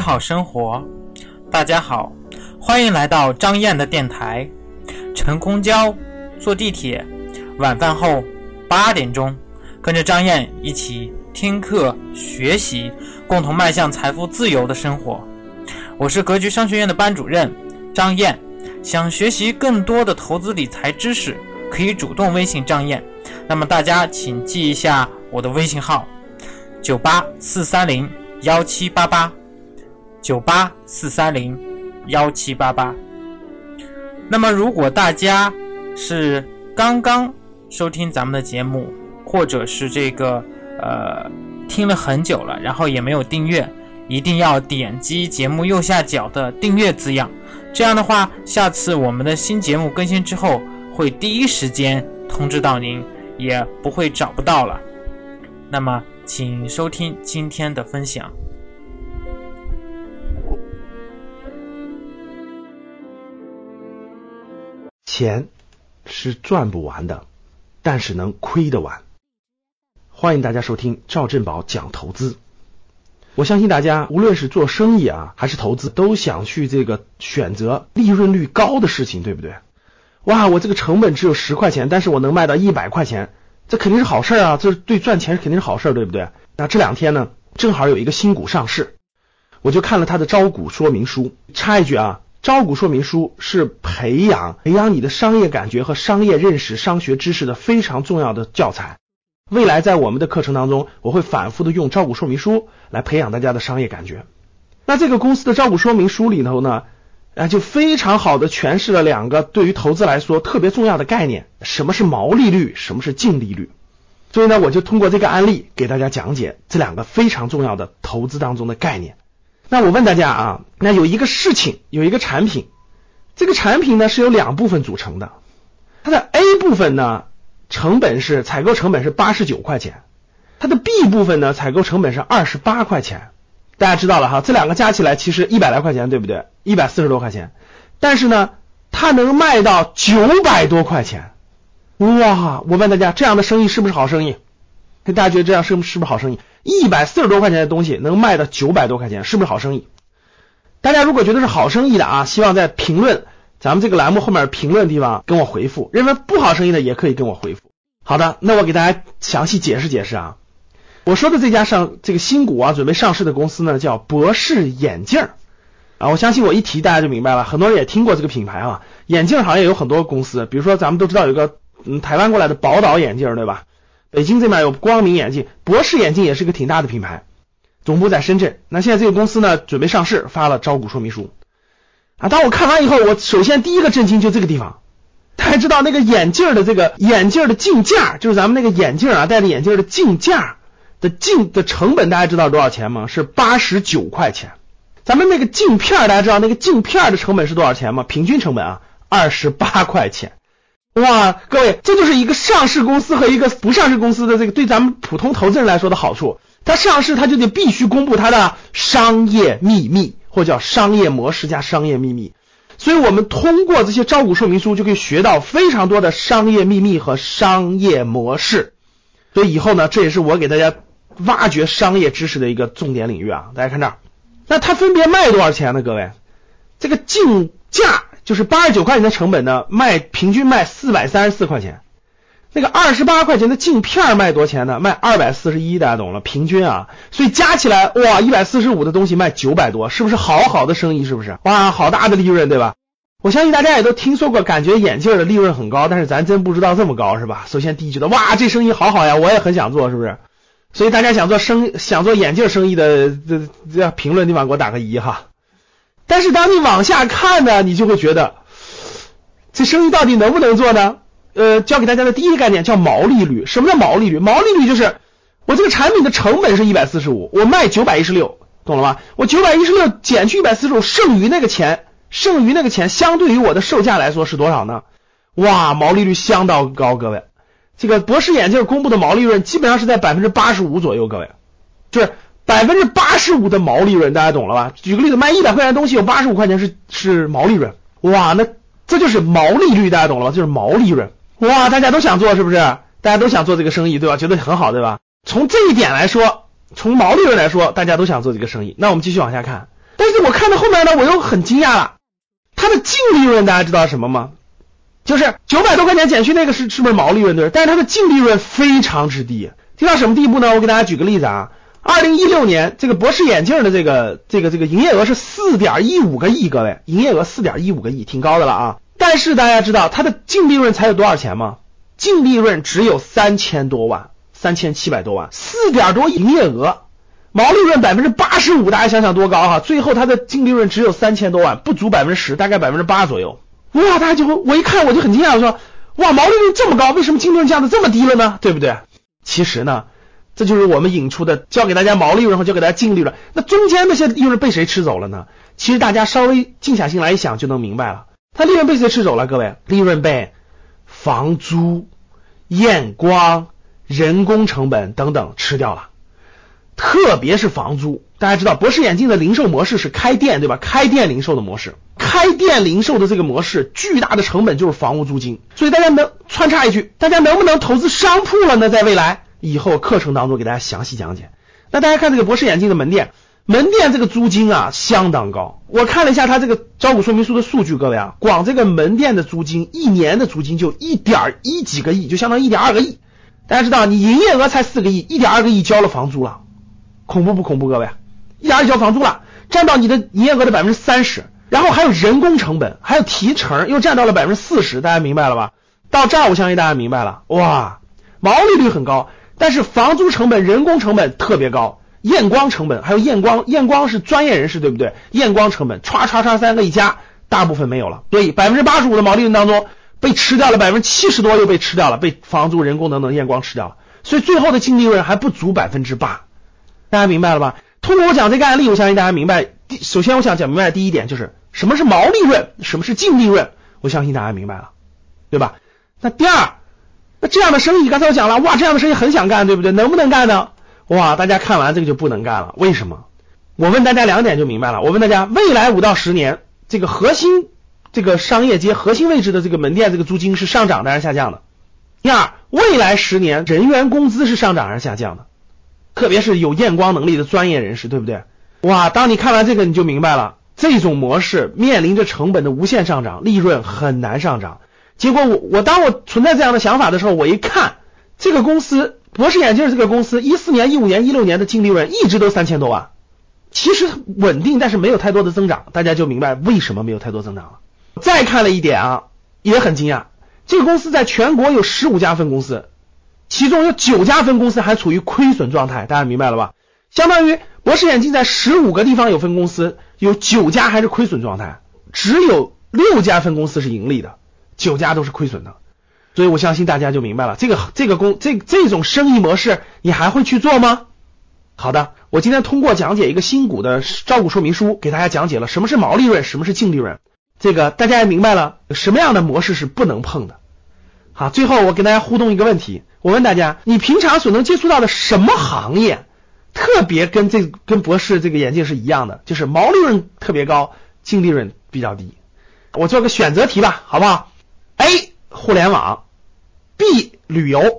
好生活。大家好，欢迎来到张燕的电台。乘公交、坐地铁，晚饭后8点钟，跟着张燕一起听课学习，共同迈向财富自由的生活。我是格局商学院的班主任张燕，想学习更多的投资理财知识，可以主动微信张燕。那么大家请记一下我的微信号9843017788 9843017788。那么如果大家是刚刚收听咱们的节目，或者是听了很久了，然后也没有订阅，一定要点击节目右下角的订阅字样，这样的话下次我们的新节目更新之后会第一时间通知到您，也不会找不到了。那么请收听今天的分享。 钱是赚不完的，但是能亏得完。欢迎大家收听赵振宝讲投资。我相信大家无论是做生意还是投资，都想去选择利润率高的事情，对不对？哇，我这个成本只有10块钱，但是我能卖到100块钱，这肯定是好事啊，这对赚钱肯定是好事，对不对？那这2天呢，正好有一个新股上市，我就看了它的招股说明书。插一句招股说明书是培养你的商业感觉和商业认识、商学知识的非常重要的教材。未来在我们的课程当中，我会反复的用招股说明书来培养大家的商业感觉。那这个公司的招股说明书里头呢，就非常好的诠释了2个对于投资来说特别重要的概念，什么是毛利率，什么是净利率。所以呢，我就通过这个案例给大家讲解这2个非常重要的投资当中的概念。那我问大家那有一个事情，有一个产品，这个产品呢是由2部分组成的。它的 A 部分呢采购成本是89块钱，它的 B 部分呢采购成本是28块钱。大家知道了这2个加起来其实100来块钱，对不对？140多块钱，但是呢它能卖到900多块钱。哇，我问大家，这样的生意是不是好生意？大家觉得这样是不是好生意？140多块钱的东西能卖到900多块钱，是不是好生意？大家如果觉得是好生意的希望在评论咱们这个栏目后面评论地方跟我回复，认为不好生意的也可以跟我回复。好的，那我给大家详细解释解释我说的这家这个新股准备上市的公司呢叫博士眼镜我相信我一提大家就明白了，很多人也听过这个品牌眼镜行业有很多公司，比如说咱们都知道有个台湾过来的宝岛眼镜，对吧？北京这边有光明眼镜，博士眼镜也是个挺大的品牌，总部在深圳。那现在这个公司呢准备上市，发了招股说明书当我看完以后，我首先第一个震惊就这个地方。大家知道那个眼镜的镜架，就是咱们那个眼镜戴着眼镜的镜架的成本，大家知道多少钱吗？是89块钱。咱们那个镜片，大家知道那个镜片的成本是多少钱吗？平均成本28块钱。哇，各位，这就是一个上市公司和一个不上市公司的对咱们普通投资人来说的好处。它上市，它就得必须公布它的商业秘密，或叫商业模式加商业秘密。所以我们通过这些招股说明书就可以学到非常多的商业秘密和商业模式。所以以后呢，这也是我给大家挖掘商业知识的一个重点领域大家看这儿，那它分别卖多少钱呢？各位，这个镜架就是89块钱的成本呢，平均卖434块钱。那个28块钱的镜片卖多少钱呢？卖241，大家懂了，平均所以加起来哇，145的东西卖900多，是不是好的生意？是不是？哇，好大的利润，对吧？我相信大家也都听说过，感觉眼镜的利润很高，但是咱真不知道这么高，是吧？首先第一觉得哇，这生意好呀，我也很想做，是不是？所以大家想做眼镜生意的这评论地方给我打个1但是当你往下看呢，你就会觉得这生意到底能不能做呢？教给大家的第一个概念叫毛利率。什么叫毛利率？毛利率就是我这个产品的成本是145，我卖916，懂了吗？我916减去145，剩余那个钱相对于我的售价来说是多少呢？哇，毛利率相当高，各位。这个博士眼镜公布的毛利润基本上是在 85% 左右，各位，就是 85% 的毛利润，大家懂了吧？举个例子，卖100块钱的东西有85块钱是毛利润。哇，那这就是毛利率，大家懂了吧？就是毛利润。哇，大家都想做，是不是？大家都想做这个生意，对吧？觉得很好，对吧？从这一点来说，从毛利润来说，大家都想做这个生意。那我们继续往下看，大但是我看到后面呢，我又很惊讶了，它的净利润大家知道什么吗？就是900多块钱减去那个是不是毛利润对？但是它的净利润非常之低，低到什么地步呢？我给大家举个例子啊，2016年这个博士眼镜的这个营业额是 4.15 个亿，各位，营业额 4.15 个亿，挺高的了啊。但是大家知道它的净利润才有多少钱吗？净利润只有3000多万，3700多万，4点多亿营业额，毛利润 85%， 大家想想多高哈，最后它的净利润只有3000多万，不足 10%， 大概 8% 左右。哇，大家我一看我就很惊讶，我说哇，毛利润这么高，为什么净利润降得这么低了呢？对不对？其实呢，这就是我们引出的教给大家毛利润和教给大家净利润，那中间那些利润被谁吃走了呢？其实大家稍微静下心来一想就能明白了，它利润被谁吃走了？各位，利润被房租、验光、人工成本等等吃掉了。特别是房租，大家知道博士眼镜的零售模式是开店，对吧？开店零售的模式，开店零售的这个模式巨大的成本就是房屋租金。所以大家能穿插一句，大家能不能投资商铺了呢？在未来以后课程当中给大家详细讲解。那大家看这个博士眼镜的门店这个租金啊相当高，我看了一下它这个招股说明书的数据，各位啊，光这个门店的租金一年的租金就1.1几个亿，就相当于 1.2 个亿。大家知道你营业额才4个亿， 1.2 个亿交了房租了，恐怖不恐怖？各位，1.2亿交房租了，占到你的营业额的 30%， 然后还有人工成本，还有提成又占到了 40%， 大家明白了吧？到这儿我相信大家明白了，哇，毛利率很高，但是房租成本、人工成本特别高，验光成本，还有验光是专业人士，对不对？验光成本3个一加，大部分没有了，所以 85% 的毛利润当中被吃掉了， 70%多又被吃掉了，被房租、人工等等验光吃掉了，所以最后的净利润还不足 8%， 大家明白了吧？通过我讲这个案例，我相信大家明白，首先我想讲明白的第一点就是什么是毛利润，什么是净利润，我相信大家明白了，对吧？那第二，那这样的生意刚才我讲了，哇，这样的生意很想干，对不对？能不能干呢？哇，大家看完这个就不能干了，为什么？我问大家2点就明白了。我问大家，未来5到10年这个核心这个商业街核心位置的这个门店这个租金是上涨的还是下降的？第二，未来10年人员工资是上涨还是下降的？特别是有验光能力的专业人士，对不对？哇，当你看完这个你就明白了，这种模式面临着成本的无限上涨，利润很难上涨。结果当我存在这样的想法的时候，我一看这个公司博士眼镜这个公司14年、15年、16年的净利润一直都3000多万，其实稳定，但是没有太多的增长，大家就明白为什么没有太多增长了。再看了一点啊，也很惊讶，这个公司在全国有15家分公司，其中有9家分公司还处于亏损状态，大家明白了吧？相当于博士眼镜在15个地方有分公司，有9家还是亏损状态，只有6家分公司是盈利的，9家都是亏损的。所以我相信大家就明白了，这种生意模式你还会去做吗？好的，我今天通过讲解一个新股的招股说明书，给大家讲解了什么是毛利润，什么是净利润，这个大家也明白了什么样的模式是不能碰的。好，最后我跟大家互动一个问题，我问大家，你平常所能接触到的什么行业特别跟博士这个眼镜是一样的，就是毛利润特别高，净利润比较低？我做个选择题吧，好不好？ A 互联网， B 旅游，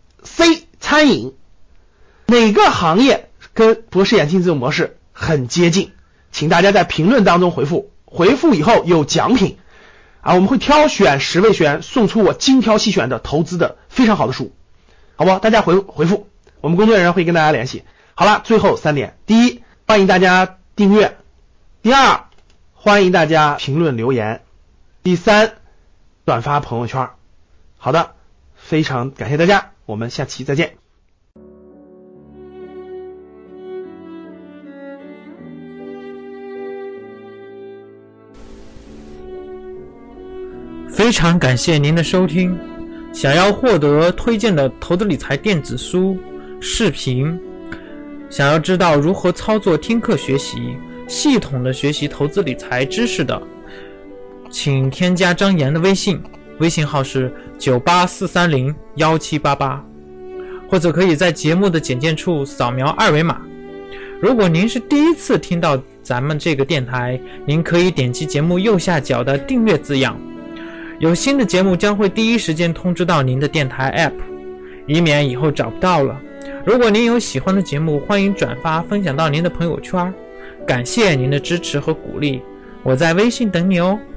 C 餐饮，哪个行业跟博士眼镜这种模式很接近？请大家在评论当中回复以后有奖品啊，我们会挑选10位学员送出我精挑细选的投资的非常好的书，好不好？大家回复，我们工作人员会跟大家联系。好了，最后3点，第一，欢迎大家订阅；第二，欢迎大家评论留言；第三，转发朋友圈。好的，非常感谢大家，我们下期再见。 非常感谢您的收听。想要获得推荐的投资理财电子书、视频，想要知道如何操作听课学习，系统的学习投资理财知识的，请添加张岩的微信号是984301788，或者可以在节目的简介处扫描2维码。如果您是第一次听到咱们这个电台，您可以点击节目右下角的订阅字样，有新的节目将会第一时间通知到您的电台 App， 以免以后找不到了。如果您有喜欢的节目，欢迎转发分享到您的朋友圈。 感谢您的支持和鼓励，我在微信等你哦。